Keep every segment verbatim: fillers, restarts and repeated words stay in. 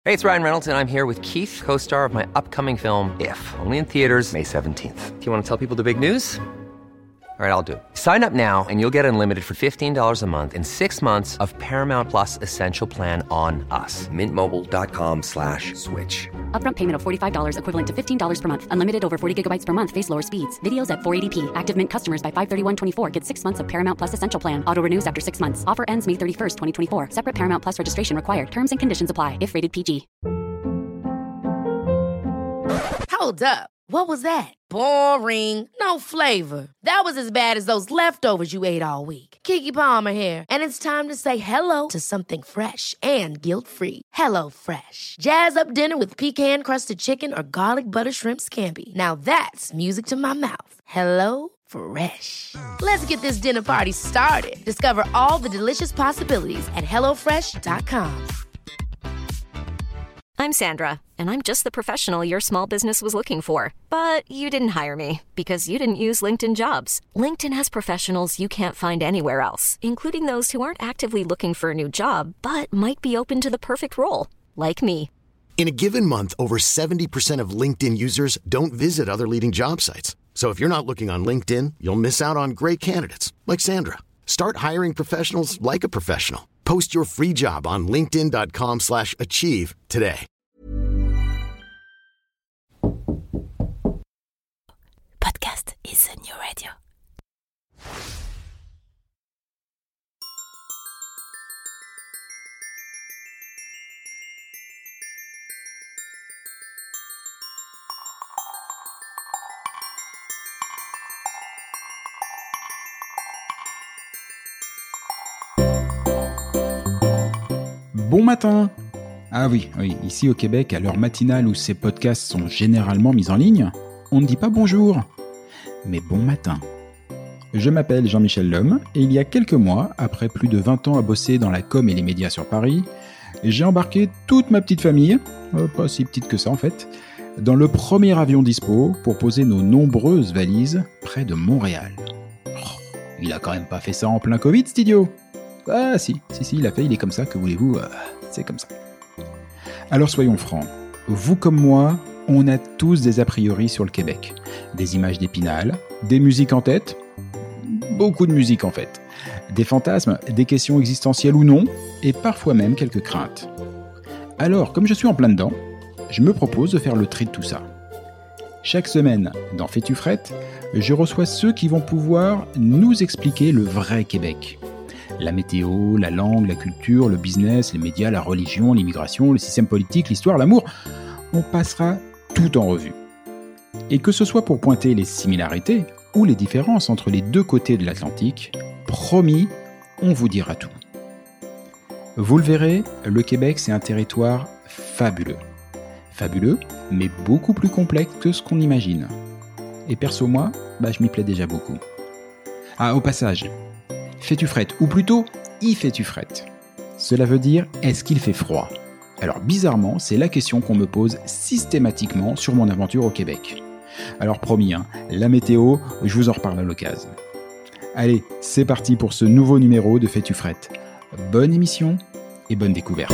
Hey, it's Ryan Reynolds, and I'm here with Keith, co-star of my upcoming film, If, only in theaters May seventeenth. Do you want to tell people the big news? All right, I'll do it. Sign up now and you'll get unlimited for fifteen dollars a month and six months of Paramount Plus Essential Plan on us. Mint Mobile dot com slash switch. Upfront payment of forty-five dollars equivalent to fifteen dollars per month. Unlimited over forty gigabytes per month. Face lower speeds. Videos at four eighty p. Active Mint customers by five thirty-one twenty-four get six months of Paramount Plus Essential Plan. Auto renews after six months. Offer ends May thirty-first, twenty twenty-four. Separate Paramount Plus registration required. Terms and conditions apply if rated P G. Hold up. What was that? Boring. No flavor. That was as bad as those leftovers you ate all week. Keke Palmer here, and it's time to say hello to something fresh and guilt-free. Hello Fresh. Jazz up dinner with pecan-crusted chicken or garlic butter shrimp scampi. Now that's music to my mouth. Hello Fresh. Let's get this dinner party started. Discover all the delicious possibilities at hello fresh dot com. I'm Sandra, and I'm just the professional your small business was looking for. But you didn't hire me because you didn't use LinkedIn Jobs. LinkedIn has professionals you can't find anywhere else, including those who aren't actively looking for a new job, but might be open to the perfect role, like me. In a given month, over seventy percent of LinkedIn users don't visit other leading job sites. So if you're not looking on LinkedIn, you'll miss out on great candidates, like Sandra. Start hiring professionals like a professional. Post your free job on linkedin dot com slash achieve today. Podcast is a new radio. Bon matin! Ah oui, oui, ici au Québec, à l'heure matinale où ces podcasts sont généralement mis en ligne, on ne dit pas bonjour, mais bon matin. Je m'appelle Jean-Michel Lhomme, et il y a quelques mois, après plus de vingt ans à bosser dans la com et les médias sur Paris, j'ai embarqué toute ma petite famille, euh, pas si petite que ça en fait, dans le premier avion dispo pour poser nos nombreuses valises près de Montréal. Oh, il a quand même pas fait ça en plein Covid, cet idiot! Ah si, si, si, il a fait, il est comme ça, que voulez-vous, euh, c'est comme ça. Alors soyons francs, vous comme moi, on a tous des a priori sur le Québec. Des images d'Épinal, des musiques en tête, beaucoup de musique en fait, des fantasmes, des questions existentielles ou non, et parfois même quelques craintes. Alors, comme je suis en plein dedans, je me propose de faire le tri de tout ça. Chaque semaine, dans Fais-tu frette, je reçois ceux qui vont pouvoir nous expliquer le vrai Québec. La météo, la langue, la culture, le business, les médias, la religion, l'immigration, le système politique, l'histoire, l'amour. On passera tout en revue. Et que ce soit pour pointer les similarités ou les différences entre les deux côtés de l'Atlantique, promis, on vous dira tout. Vous le verrez, le Québec, c'est un territoire fabuleux. Fabuleux, mais beaucoup plus complexe que ce qu'on imagine. Et perso, moi, bah, je m'y plais déjà beaucoup. Ah, au passage, fais-tu frette, ou plutôt, y fais-tu frette? Cela veut dire, est-ce qu'il fait froid? Alors bizarrement, c'est la question qu'on me pose systématiquement sur mon aventure au Québec. Alors promis, hein, la météo, je vous en reparle à l'occasion. Allez, c'est parti pour ce nouveau numéro de Fais-tu frette. Bonne émission et bonne découverte.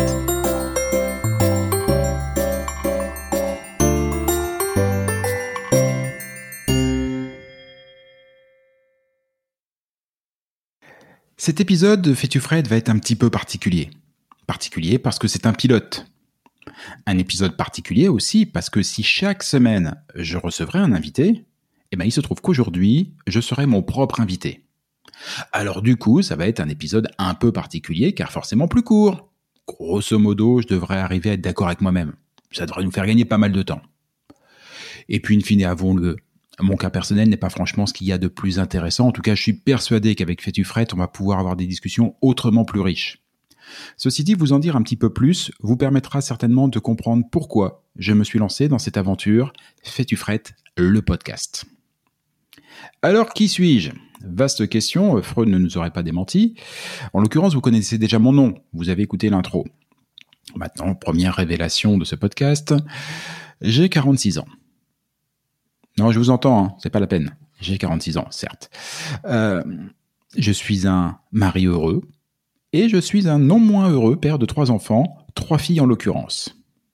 Cet épisode de Fais-tu frette va être un petit peu particulier. Particulier parce que c'est un pilote. Un épisode particulier aussi parce que si chaque semaine je recevrais un invité, eh ben il se trouve qu'aujourd'hui, je serai mon propre invité. Alors du coup, ça va être un épisode un peu particulier car forcément plus court. Grosso modo, je devrais arriver à être d'accord avec moi-même. Ça devrait nous faire gagner pas mal de temps. Et puis, in fine, avouons-le, mon cas personnel n'est pas franchement ce qu'il y a de plus intéressant. En tout cas, je suis persuadé qu'avec Fais-tu frette, on va pouvoir avoir des discussions autrement plus riches. Ceci dit, vous en dire un petit peu plus vous permettra certainement de comprendre pourquoi je me suis lancé dans cette aventure Fais-tu frette, le podcast. Alors, qui suis-je ? Vaste question, Freud ne nous aurait pas démenti. En l'occurrence, vous connaissez déjà mon nom, vous avez écouté l'intro. Maintenant, première révélation de ce podcast, j'ai quarante-six ans. Non, je vous entends, hein, c'est pas la peine. J'ai quarante-six ans, certes. Euh, je suis un mari heureux et je suis un non moins heureux père de trois enfants, trois filles en l'occurrence.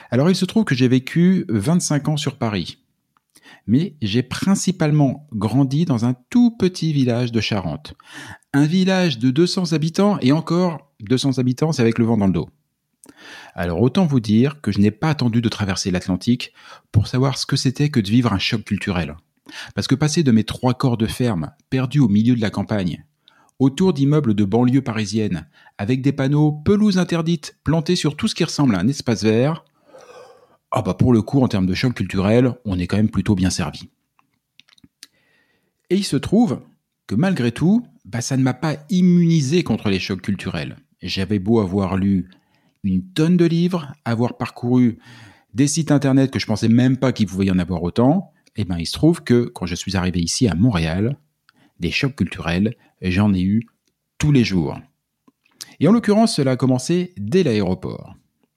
Alors il se trouve que j'ai vécu vingt-cinq ans sur Paris, mais j'ai principalement grandi dans un tout petit village de Charente. Un village de deux cents habitants, et encore deux cents habitants, c'est avec le vent dans le dos. Alors autant vous dire que je n'ai pas attendu de traverser l'Atlantique pour savoir ce que c'était que de vivre un choc culturel. Parce que passer de mes trois corps de ferme, perdus au milieu de la campagne, autour d'immeubles de banlieue parisienne, avec des panneaux « pelouse interdite » plantés sur tout ce qui ressemble à un espace vert, ah bah pour le coup, en termes de choc culturel, on est quand même plutôt bien servi. Et il se trouve que malgré tout, bah ça ne m'a pas immunisé contre les chocs culturels. J'avais beau avoir lu une tonne de livres, avoir parcouru des sites internet que je pensais même pas qu'il pouvait y en avoir autant, et ben il se trouve que quand je suis arrivé ici à Montréal, des chocs culturels, j'en ai eu tous les jours. Et en l'occurrence, cela a commencé dès l'aéroport.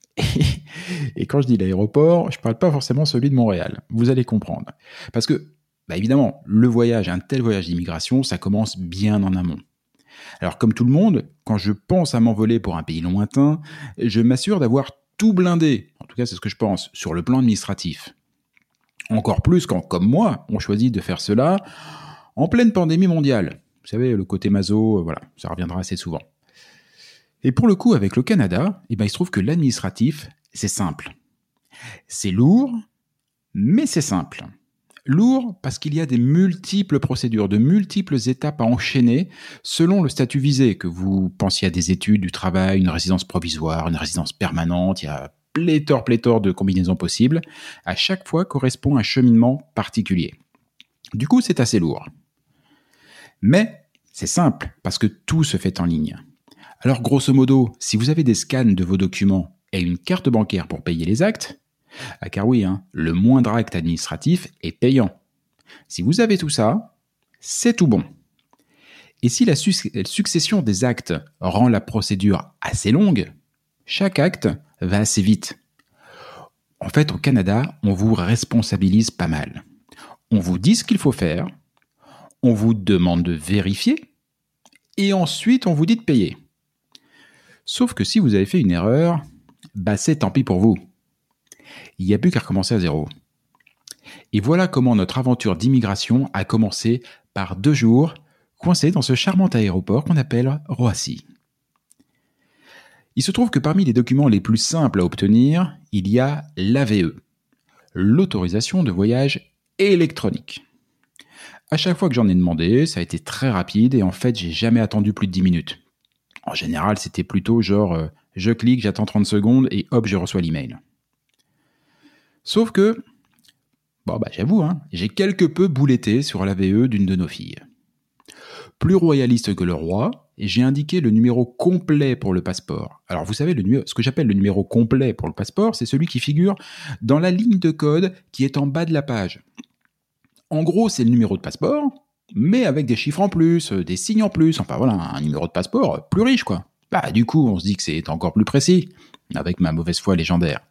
Et quand je dis l'aéroport, je ne parle pas forcément celui de Montréal. Vous allez comprendre. Parce que, bah évidemment, le voyage, un tel voyage d'immigration, ça commence bien en amont. Alors comme tout le monde, quand je pense à m'envoler pour un pays lointain, je m'assure d'avoir tout blindé. En tout cas, c'est ce que je pense, sur le plan administratif. Encore plus quand, comme moi, on choisit de faire cela en pleine pandémie mondiale. Vous savez, le côté maso, voilà, ça reviendra assez souvent. Et pour le coup, avec le Canada, eh ben, il se trouve que l'administratif, c'est simple. C'est lourd, mais c'est simple. Lourd parce qu'il y a des multiples procédures, de multiples étapes à enchaîner selon le statut visé, que vous pensiez à des études, du travail, une résidence provisoire, une résidence permanente, il y a pléthore, pléthore de combinaisons possibles. À chaque fois correspond un cheminement particulier. Du coup, c'est assez lourd. Mais c'est simple parce que tout se fait en ligne. Alors grosso modo, si vous avez des scans de vos documents et une carte bancaire pour payer les actes, ah car oui, hein, le moindre acte administratif est payant. Si vous avez tout ça, c'est tout bon. Et si la su- succession des actes rend la procédure assez longue, chaque acte va assez vite. En fait, au Canada, on vous responsabilise pas mal. On vous dit ce qu'il faut faire, on vous demande de vérifier, et ensuite on vous dit de payer. Sauf que si vous avez fait une erreur, bah c'est tant pis pour vous. Il n'y a plus qu'à recommencer à zéro. Et voilà comment notre aventure d'immigration a commencé par deux jours, coincés dans ce charmant aéroport qu'on appelle Roissy. Il se trouve que parmi les documents les plus simples à obtenir, il y a l'A V E, l'autorisation de voyage électronique. À chaque fois que j'en ai demandé, ça a été très rapide et en fait, j'ai jamais attendu plus de dix minutes. En général, c'était plutôt genre, euh, je clique, j'attends trente secondes et hop, je reçois l'email. Sauf que, bon bah j'avoue, hein, j'ai quelque peu bouletté sur l'A V E d'une de nos filles. Plus royaliste que le roi, j'ai indiqué le numéro complet pour le passeport. Alors vous savez, le numéro, ce que j'appelle le numéro complet pour le passeport, c'est celui qui figure dans la ligne de code qui est en bas de la page. En gros, c'est le numéro de passeport, mais avec des chiffres en plus, des signes en plus, enfin voilà, un numéro de passeport plus riche quoi. Bah du coup, on se dit que c'est encore plus précis, avec ma mauvaise foi légendaire.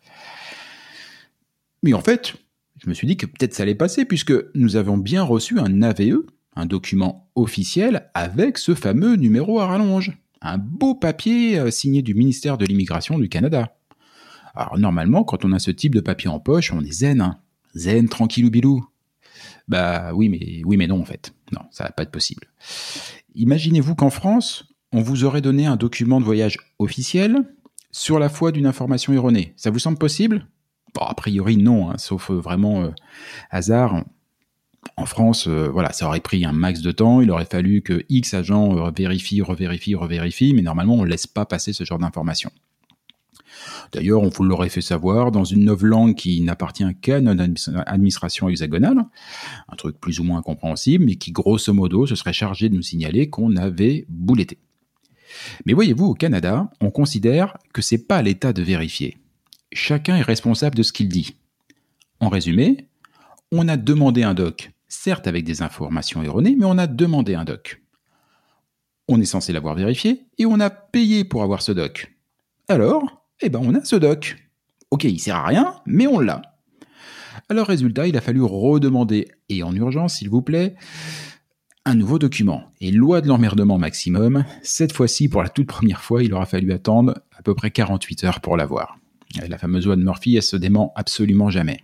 Mais en fait, je me suis dit que peut-être ça allait passer, puisque nous avons bien reçu un A V E, un document officiel, avec ce fameux numéro à rallonge. Un beau papier signé du ministère de l'Immigration du Canada. Alors normalement, quand on a ce type de papier en poche, on est zen, hein. Zen, tranquillou bilou. Bah oui mais, oui mais non en fait. Non, ça va pas être possible. Imaginez-vous qu'en France, on vous aurait donné un document de voyage officiel sur la foi d'une information erronée. Ça vous semble possible ? Bon, a priori non, hein, sauf euh, vraiment euh, hasard. En France, euh, voilà, ça aurait pris un max de temps, il aurait fallu que X agents euh, vérifient, revérifient, revérifient, mais normalement on ne laisse pas passer ce genre d'informations. D'ailleurs, on vous l'aurait fait savoir dans une novlangue qui n'appartient qu'à notre administration hexagonale, un truc plus ou moins incompréhensible, mais qui grosso modo se serait chargé de nous signaler qu'on avait bouletté. Mais voyez-vous, au Canada, on considère que c'est pas à l'État de vérifier. Chacun est responsable de ce qu'il dit. En résumé, on a demandé un doc, certes avec des informations erronées, mais on a demandé un doc. On est censé l'avoir vérifié et on a payé pour avoir ce doc. Alors, eh ben on a ce doc. Ok, il sert à rien, mais on l'a. Alors résultat, il a fallu redemander, et en urgence s'il vous plaît, un nouveau document. Et loi de l'emmerdement maximum, cette fois-ci, pour la toute première fois, il aura fallu attendre à peu près quarante-huit heures pour l'avoir. La fameuse loi de Murphy, elle se dément absolument jamais.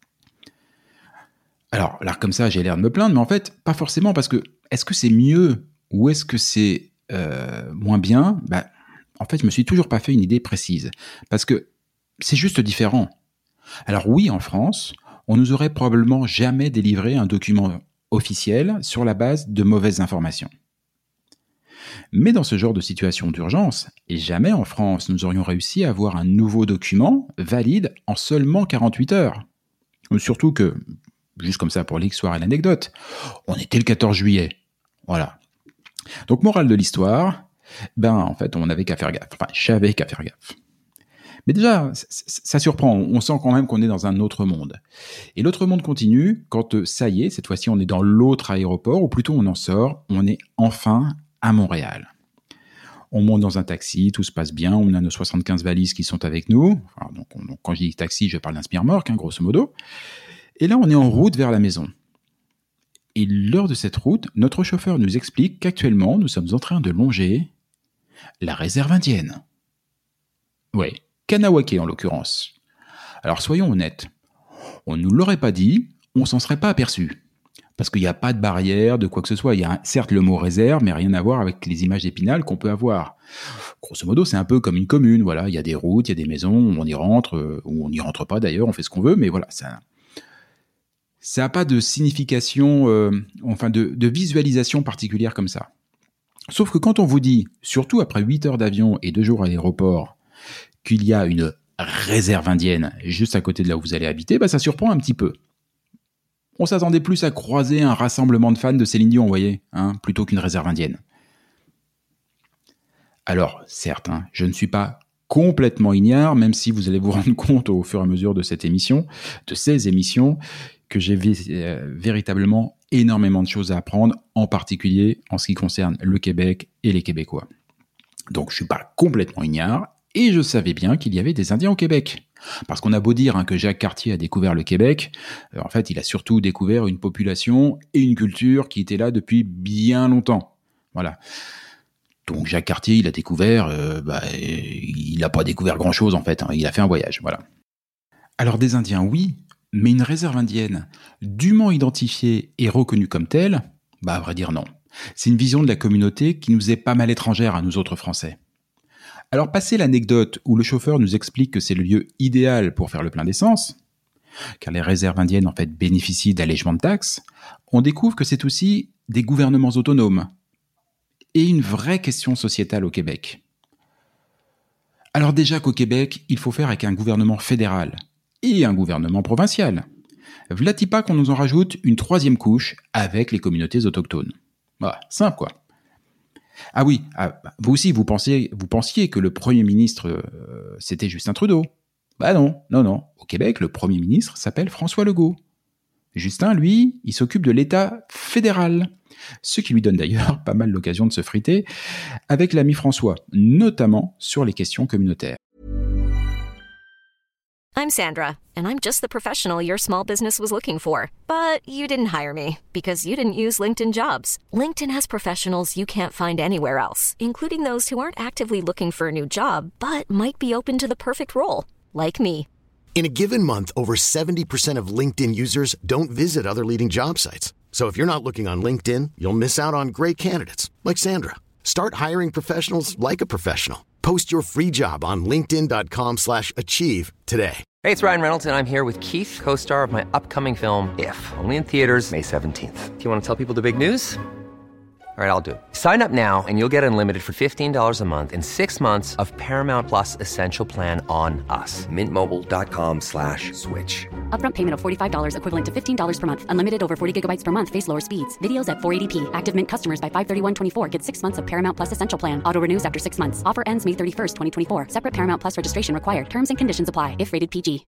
Alors, là, comme ça, j'ai l'air de me plaindre, mais en fait, pas forcément, parce que est-ce que c'est mieux ou est-ce que c'est euh, moins bien ? Bah, en fait, je me suis toujours pas fait une idée précise, parce que c'est juste différent. Alors oui, en France, on nous aurait probablement jamais délivré un document officiel sur la base de mauvaises informations. Mais dans ce genre de situation d'urgence, et jamais en France nous aurions réussi à avoir un nouveau document valide en seulement quarante-huit heures. Surtout que, juste comme ça pour l'histoire et l'anecdote, on était le quatorze juillet. Voilà. Donc, morale de l'histoire, ben en fait, on n'avait qu'à faire gaffe. Enfin, j'avais qu'à faire gaffe. Mais déjà, ça surprend. On sent quand même qu'on est dans un autre monde. Et l'autre monde continue quand, ça y est, cette fois-ci, on est dans l'autre aéroport, ou plutôt on en sort, on est enfin à Montréal. On monte dans un taxi, tout se passe bien, on a nos soixante-quinze valises qui sont avec nous. Enfin, donc, on, donc, quand je dis taxi, je parle d'un spire-remorque, hein, grosso modo. Et là, on est en route vers la maison. Et lors de cette route, notre chauffeur nous explique qu'actuellement, nous sommes en train de longer la réserve indienne. Oui, Kahnawake en l'occurrence. Alors soyons honnêtes, on ne nous l'aurait pas dit, on s'en serait pas aperçu. Parce qu'il n'y a pas de barrière, de quoi que ce soit. Il y a certes le mot réserve, mais rien à voir avec les images d'Épinal qu'on peut avoir. Grosso modo, c'est un peu comme une commune. Voilà, il y a des routes, il y a des maisons, on y rentre, euh, ou on n'y rentre pas d'ailleurs, on fait ce qu'on veut, mais voilà, ça... Ça n'a pas de signification, euh, enfin de, de visualisation particulière comme ça. Sauf que quand on vous dit, surtout après huit heures d'avion et deux jours à l'aéroport, qu'il y a une réserve indienne juste à côté de là où vous allez habiter, bah ça surprend un petit peu. On s'attendait plus à croiser un rassemblement de fans de Céline Dion, vous voyez, hein, plutôt qu'une réserve indienne. Alors, certes, hein, je ne suis pas complètement ignare, même si vous allez vous rendre compte au fur et à mesure de cette émission, de ces émissions, que j'ai euh, véritablement énormément de choses à apprendre, en particulier en ce qui concerne le Québec et les Québécois. Donc je ne suis pas complètement ignare, et je savais bien qu'il y avait des Indiens au Québec. Parce qu'on a beau dire hein, que Jacques Cartier a découvert le Québec, euh, en fait il a surtout découvert une population et une culture qui étaient là depuis bien longtemps. Voilà. Donc Jacques Cartier, il a découvert, euh, bah, il n'a pas découvert grand-chose en fait, hein, il a fait un voyage, voilà. Alors des Indiens, oui, mais une réserve indienne dûment identifiée et reconnue comme telle, bah à vrai dire non. C'est une vision de la communauté qui nous est pas mal étrangère à nous autres Français. Alors passé l'anecdote où le chauffeur nous explique que c'est le lieu idéal pour faire le plein d'essence, car les réserves indiennes en fait bénéficient d'allègements de taxes, on découvre que c'est aussi des gouvernements autonomes et une vraie question sociétale au Québec. Alors déjà qu'au Québec, il faut faire avec un gouvernement fédéral et un gouvernement provincial. V'là-t-il pas qu'on nous en rajoute une troisième couche avec les communautés autochtones. Bah, simple quoi. Ah oui, ah, vous aussi vous pensiez, vous pensiez que le Premier ministre euh, c'était Justin Trudeau. Bah non, non, non. Au Québec, le Premier ministre s'appelle François Legault. Justin, lui, il s'occupe de l'État fédéral. Ce qui lui donne d'ailleurs pas mal l'occasion de se friter avec l'ami François, notamment sur les questions communautaires. I'm Sandra, and I'm just the professional your small business was looking for. But you didn't hire me, because you didn't use LinkedIn Jobs. LinkedIn has professionals you can't find anywhere else, including those who aren't actively looking for a new job, but might be open to the perfect role, like me. In a given month, over seventy percent of LinkedIn users don't visit other leading job sites. So if you're not looking on LinkedIn, you'll miss out on great candidates, like Sandra. Start hiring professionals like a professional. Post your free job on linkedin.com slash achieve today. Hey, it's Ryan Reynolds, and I'm here with Keith, co-star of my upcoming film, If, only in theaters May seventeenth. Do you want to tell people the big news? All right, I'll do it. Sign up now and you'll get unlimited for fifteen dollars a month and six months of Paramount Plus Essential Plan on us. Mint Mobile dot com slash switch. Upfront payment of forty-five dollars equivalent to fifteen dollars per month. Unlimited over forty gigabytes per month. Face lower speeds. Videos at four eighty p. Active Mint customers by five thirty-one twenty-four get six months of Paramount Plus Essential Plan. Auto renews after six months. Offer ends May thirty-first, twenty twenty-four. Separate Paramount Plus registration required. Terms and conditions apply if rated P G.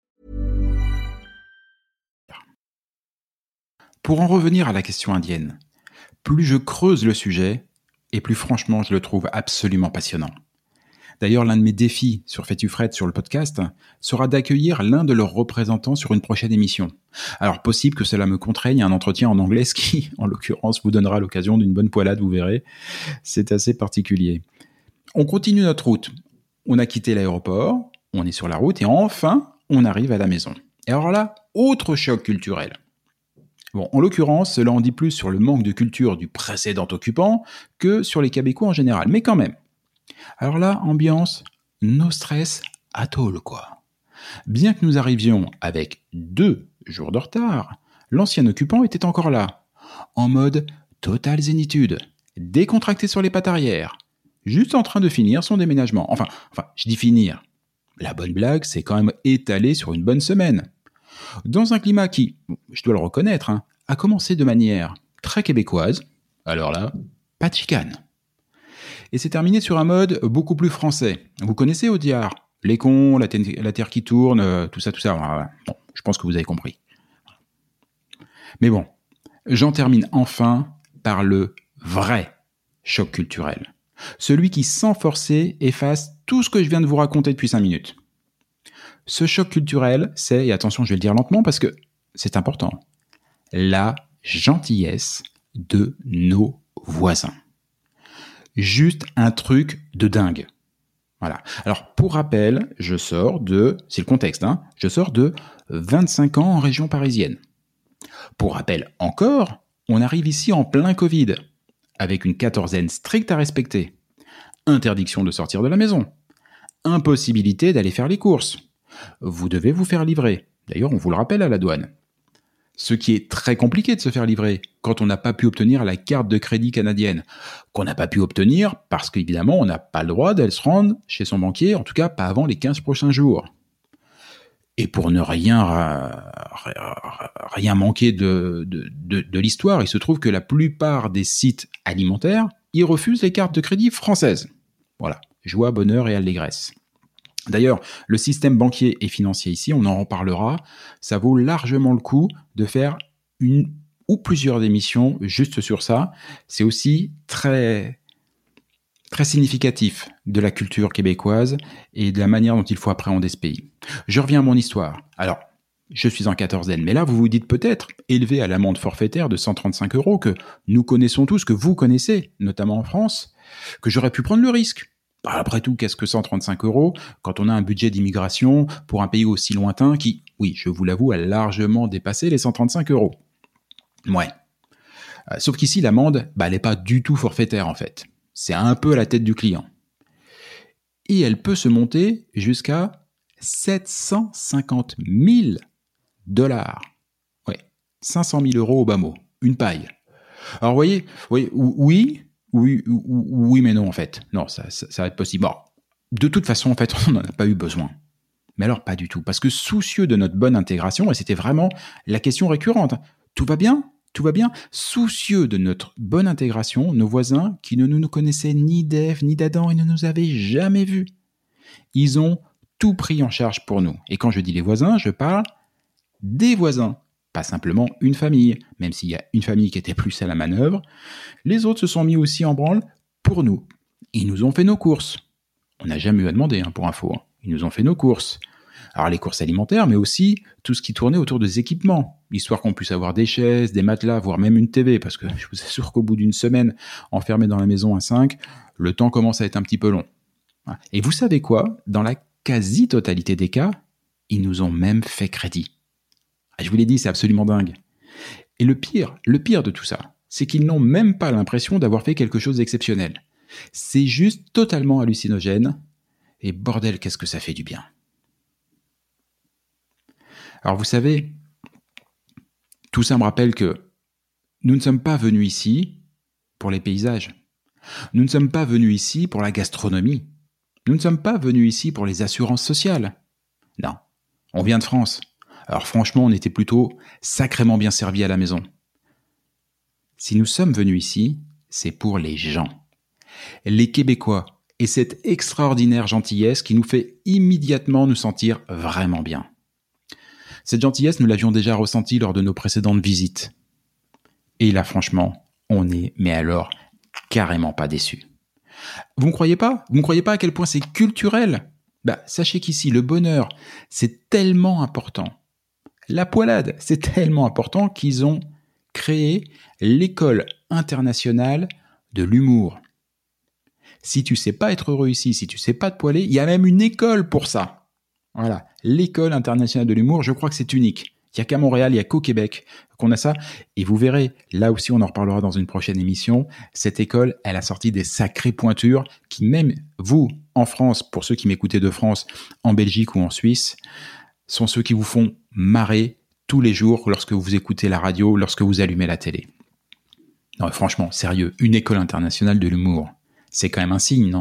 Pour en revenir à la question indienne, plus je creuse le sujet, et plus franchement je le trouve absolument passionnant. D'ailleurs, l'un de mes défis sur Fais-tu Fred sur le podcast sera d'accueillir l'un de leurs représentants sur une prochaine émission. Alors, possible que cela me contraigne à un entretien en anglais, ce qui, en l'occurrence, vous donnera l'occasion d'une bonne poilade, vous verrez. C'est assez particulier. On continue notre route. On a quitté l'aéroport, on est sur la route et enfin, on arrive à la maison. Et alors là, autre choc culturel. Bon, en l'occurrence, cela en dit plus sur le manque de culture du précédent occupant que sur les Québécois en général, mais quand même. Alors là, ambiance, no stress at all, quoi. Bien que nous arrivions avec deux jours de retard, l'ancien occupant était encore là, en mode totale zénitude, décontracté sur les pattes arrière, juste en train de finir son déménagement. Enfin, enfin, je dis finir. La bonne blague, c'est quand même étalé sur une bonne semaine. Dans un climat qui, je dois le reconnaître, hein, a commencé de manière très québécoise, alors là, pas de chicane. Et c'est terminé sur un mode beaucoup plus français. Vous connaissez Audiard, les cons, la, ten- la terre qui tourne, euh, tout ça, tout ça. Voilà. Bon, je pense que vous avez compris. Mais bon, j'en termine enfin par le vrai choc culturel. Celui qui, sans forcer, efface tout ce que je viens de vous raconter depuis cinq minutes. Ce choc culturel, c'est, et attention, je vais le dire lentement parce que c'est important, la gentillesse de nos voisins. Juste un truc de dingue. Voilà. Alors, pour rappel, je sors de, c'est le contexte, hein, je sors de vingt-cinq ans en région parisienne. Pour rappel encore, on arrive ici en plein Covid, avec une quatorzaine stricte à respecter. Interdiction de sortir de la maison. Impossibilité d'aller faire les courses. Vous devez vous faire livrer. D'ailleurs, on vous le rappelle à la douane. Ce qui est très compliqué de se faire livrer quand on n'a pas pu obtenir la carte de crédit canadienne. Qu'on n'a pas pu obtenir parce qu'évidemment, on n'a pas le droit d'aller se rendre chez son banquier, en tout cas pas avant les quinze prochains jours. Et pour ne rien, rien manquer de, de, de, de l'histoire, il se trouve que la plupart des sites alimentaires, ils refusent les cartes de crédit françaises. Voilà, joie, bonheur et allégresse. D'ailleurs, le système banquier et financier ici, on en reparlera, ça vaut largement le coup de faire une ou plusieurs émissions juste sur ça. C'est aussi très, très significatif de la culture québécoise et de la manière dont il faut appréhender ce pays. Je reviens à mon histoire. Alors, je suis en quatorzaine, mais là, vous vous dites peut-être, élevé à l'amende forfaitaire de cent trente-cinq euros, que nous connaissons tous, que vous connaissez, notamment en France, que j'aurais pu prendre le risque. Après tout, qu'est-ce que cent trente-cinq euros quand on a un budget d'immigration pour un pays aussi lointain qui, oui, je vous l'avoue, a largement dépassé les cent trente-cinq euros. Ouais. Euh, sauf qu'ici, l'amende, bah, elle n'est pas du tout forfaitaire, en fait. C'est un peu à la tête du client. Et elle peut se monter jusqu'à sept cent cinquante mille dollars. Ouais. cinq cent mille euros au bas mot. Une paille. Alors, vous voyez, oui, oui, oui, oui, mais non, en fait. Non, ça, ça, ça va être possible. Bon, de toute façon, en fait, on n'en a pas eu besoin. Mais alors, pas du tout. Parce que soucieux de notre bonne intégration, et c'était vraiment la question récurrente, tout va bien ? Tout va bien ? Soucieux de notre bonne intégration, nos voisins, qui ne nous connaissaient ni d'Ève ni d'Adam et ne nous avaient jamais vus, ils ont tout pris en charge pour nous. Et quand je dis les voisins, je parle des voisins. Pas simplement une famille, même s'il y a une famille qui était plus à la manœuvre. Les autres se sont mis aussi en branle pour nous. Ils nous ont fait nos courses. On n'a jamais eu à demander, hein, pour info. Hein. Ils nous ont fait nos courses. Alors les courses alimentaires, mais aussi tout ce qui tournait autour des équipements, histoire qu'on puisse avoir des chaises, des matelas, voire même une T V, parce que je vous assure qu'au bout d'une semaine enfermé dans la maison à cinq, le temps commence à être un petit peu long. Et vous savez quoi ? Dans la quasi-totalité des cas, ils nous ont même fait crédit. Je vous l'ai dit, c'est absolument dingue. Et le pire, le pire de tout ça, c'est qu'ils n'ont même pas l'impression d'avoir fait quelque chose d'exceptionnel. C'est juste totalement hallucinogène. Et bordel, qu'est-ce que ça fait du bien. Alors vous savez, tout ça me rappelle que nous ne sommes pas venus ici pour les paysages. Nous ne sommes pas venus ici pour la gastronomie. Nous ne sommes pas venus ici pour les assurances sociales. Non, on vient de France. Alors franchement, on était plutôt sacrément bien servis à la maison. Si nous sommes venus ici, c'est pour les gens. Les Québécois et cette extraordinaire gentillesse qui nous fait immédiatement nous sentir vraiment bien. Cette gentillesse, nous l'avions déjà ressentie lors de nos précédentes visites. Et là, franchement, on est, mais alors, carrément pas déçus. Vous ne croyez pas ? Vous ne croyez pas à quel point c'est culturel ? Bah, sachez qu'ici, le bonheur, c'est tellement important. La poilade, c'est tellement important qu'ils ont créé l'école internationale de l'humour. Si tu sais pas être heureux ici, si tu sais pas te poiler, il y a même une école pour ça. Voilà, l'École internationale de l'humour, je crois que c'est unique. Il n'y a qu'à Montréal, il n'y a qu'au Québec qu'on a ça. Et vous verrez, là aussi on en reparlera dans une prochaine émission, cette école, elle a sorti des sacrées pointures qui même vous, en France, pour ceux qui m'écoutez de France, en Belgique ou en Suisse, sont ceux qui vous font marrer tous les jours lorsque vous écoutez la radio, lorsque vous allumez la télé. Non, franchement, sérieux, une école internationale de l'humour, c'est quand même un signe, non ?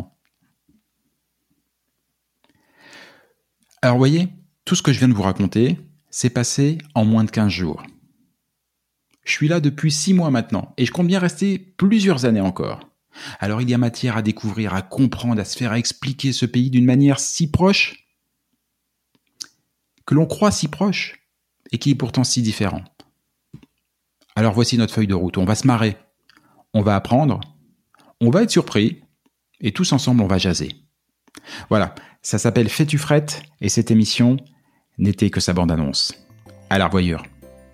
Alors, vous voyez, tout ce que je viens de vous raconter, c'est passé en moins de quinze jours. Je suis là depuis six mois maintenant, et je compte bien rester plusieurs années encore. Alors, il y a matière à découvrir, à comprendre, à se faire expliquer ce pays d'une manière si proche, que l'on croit si proche, et qui est pourtant si différent. Alors voici notre feuille de route, on va se marrer, on va apprendre, on va être surpris, et tous ensemble on va jaser. Voilà, ça s'appelle Fais-tu frette, et cette émission n'était que sa bande-annonce. À la revoyure.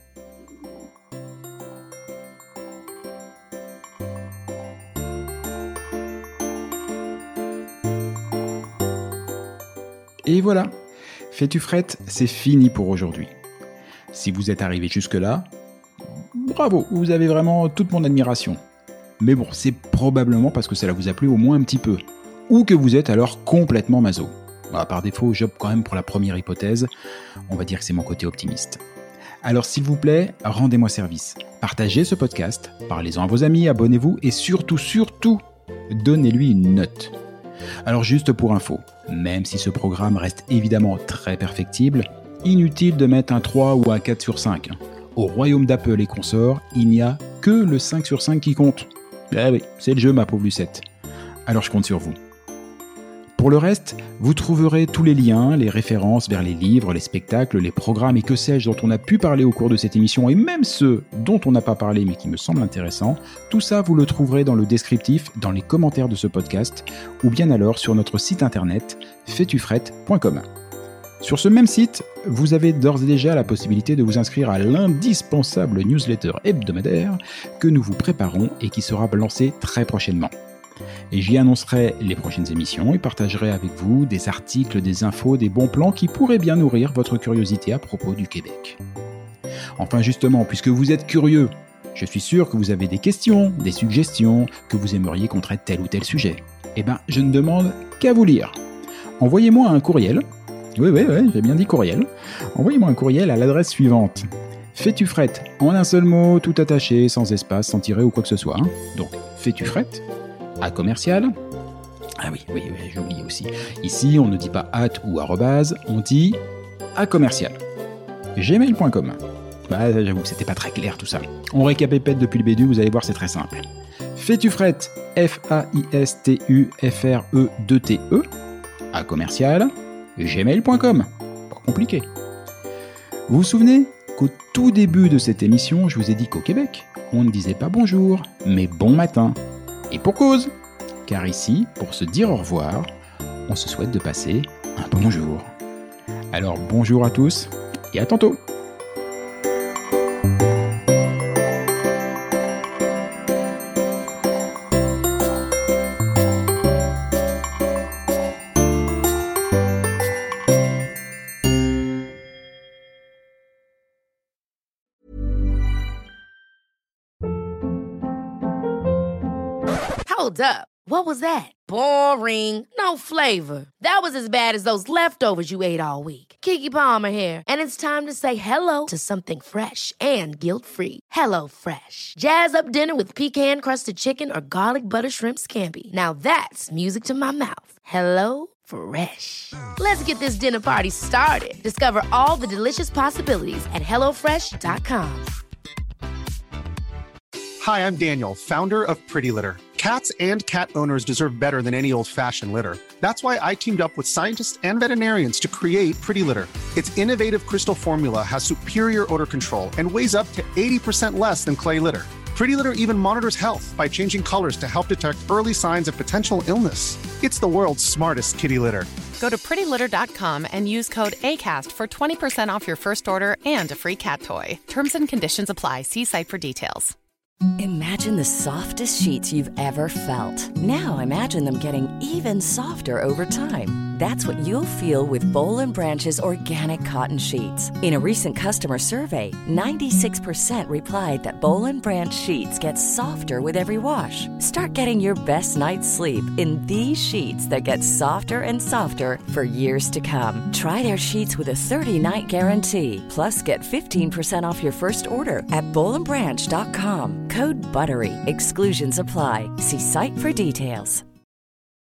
Et voilà, Fais-tu frette, c'est fini pour aujourd'hui. Si vous êtes arrivé jusque-là, bravo, vous avez vraiment toute mon admiration. Mais bon, c'est probablement parce que cela vous a plu au moins un petit peu. Ou que vous êtes alors complètement maso. Bah, par défaut, j'opte quand même pour la première hypothèse. On va dire que c'est mon côté optimiste. Alors s'il vous plaît, rendez-moi service. Partagez ce podcast, parlez-en à vos amis, abonnez-vous et surtout, surtout, donnez-lui une note. Alors juste pour info, même si ce programme reste évidemment très perfectible, inutile de mettre un trois ou un quatre sur cinq. Au royaume d'Apple et consorts, il n'y a que le cinq sur cinq qui compte. Eh oui, c'est le jeu ma pauvre Lucette. Alors je compte sur vous. Pour le reste, vous trouverez tous les liens, les références vers les livres, les spectacles, les programmes et que sais-je dont on a pu parler au cours de cette émission et même ceux dont on n'a pas parlé mais qui me semblent intéressants. Tout ça, vous le trouverez dans le descriptif, dans les commentaires de ce podcast ou bien alors sur notre site internet fais tu frette point com. Sur ce même site, vous avez d'ores et déjà la possibilité de vous inscrire à l'indispensable newsletter hebdomadaire que nous vous préparons et qui sera lancé très prochainement. Et j'y annoncerai les prochaines émissions et partagerai avec vous des articles, des infos, des bons plans qui pourraient bien nourrir votre curiosité à propos du Québec. Enfin justement, puisque vous êtes curieux, je suis sûr que vous avez des questions, des suggestions, que vous aimeriez qu'on traite tel ou tel sujet. Eh ben, je ne demande qu'à vous lire. Envoyez-moi un courriel. Oui, oui, oui, j'ai bien dit courriel. Envoyez-moi un courriel à l'adresse suivante. Fais-tu frette, en un seul mot, tout attaché, sans espace, sans tiret ou quoi que ce soit. Hein. Donc, fais-tu frette à commercial. Ah oui, oui, oui, j'ai oublié aussi. Ici, on ne dit pas at ou arrobase, on dit à commercial. gmail point com. Bah, j'avoue que c'était pas très clair tout ça. On récapépète depuis le début, vous allez voir, c'est très simple. Fais-tu frette, F A I S T U F R E deux T E, à commercial, gmail point com. Pas compliqué. Vous vous souvenez qu'au tout début de cette émission, je vous ai dit qu'au Québec, on ne disait pas bonjour, mais bon matin. Et pour cause, car ici, pour se dire au revoir, on se souhaite de passer un bonjour. Alors bonjour à tous et à tantôt. Hold up. What was that? Boring. No flavor. That was as bad as those leftovers you ate all week. Keke Palmer here, and it's time to say hello to something fresh and guilt-free. Hello Fresh. Jazz up dinner with pecan-crusted chicken or garlic butter shrimp scampi. Now that's music to my mouth. Hello Fresh. Let's get this dinner party started. Discover all the delicious possibilities at hello fresh dot com. Hi, I'm Daniel, founder of Pretty Litter. Cats and cat owners deserve better than any old-fashioned litter. That's why I teamed up with scientists and veterinarians to create Pretty Litter. Its innovative crystal formula has superior odor control and weighs up to eighty percent less than clay litter. Pretty Litter even monitors health by changing colors to help detect early signs of potential illness. It's the world's smartest kitty litter. Go to pretty litter dot com and use code ACAST for twenty percent off your first order and a free cat toy. Terms and conditions apply. See site for details. Imagine the softest sheets you've ever felt. Now imagine them getting even softer over time. That's what you'll feel with Boll and Branch's organic cotton sheets. In a recent customer survey, ninety-six percent replied that Boll and Branch sheets get softer with every wash. Start getting your best night's sleep in these sheets that get softer and softer for years to come. Try their sheets with a thirty-night guarantee. Plus, get fifteen percent off your first order at boll and branch dot com. Code BUTTERY. Exclusions apply. See site for details.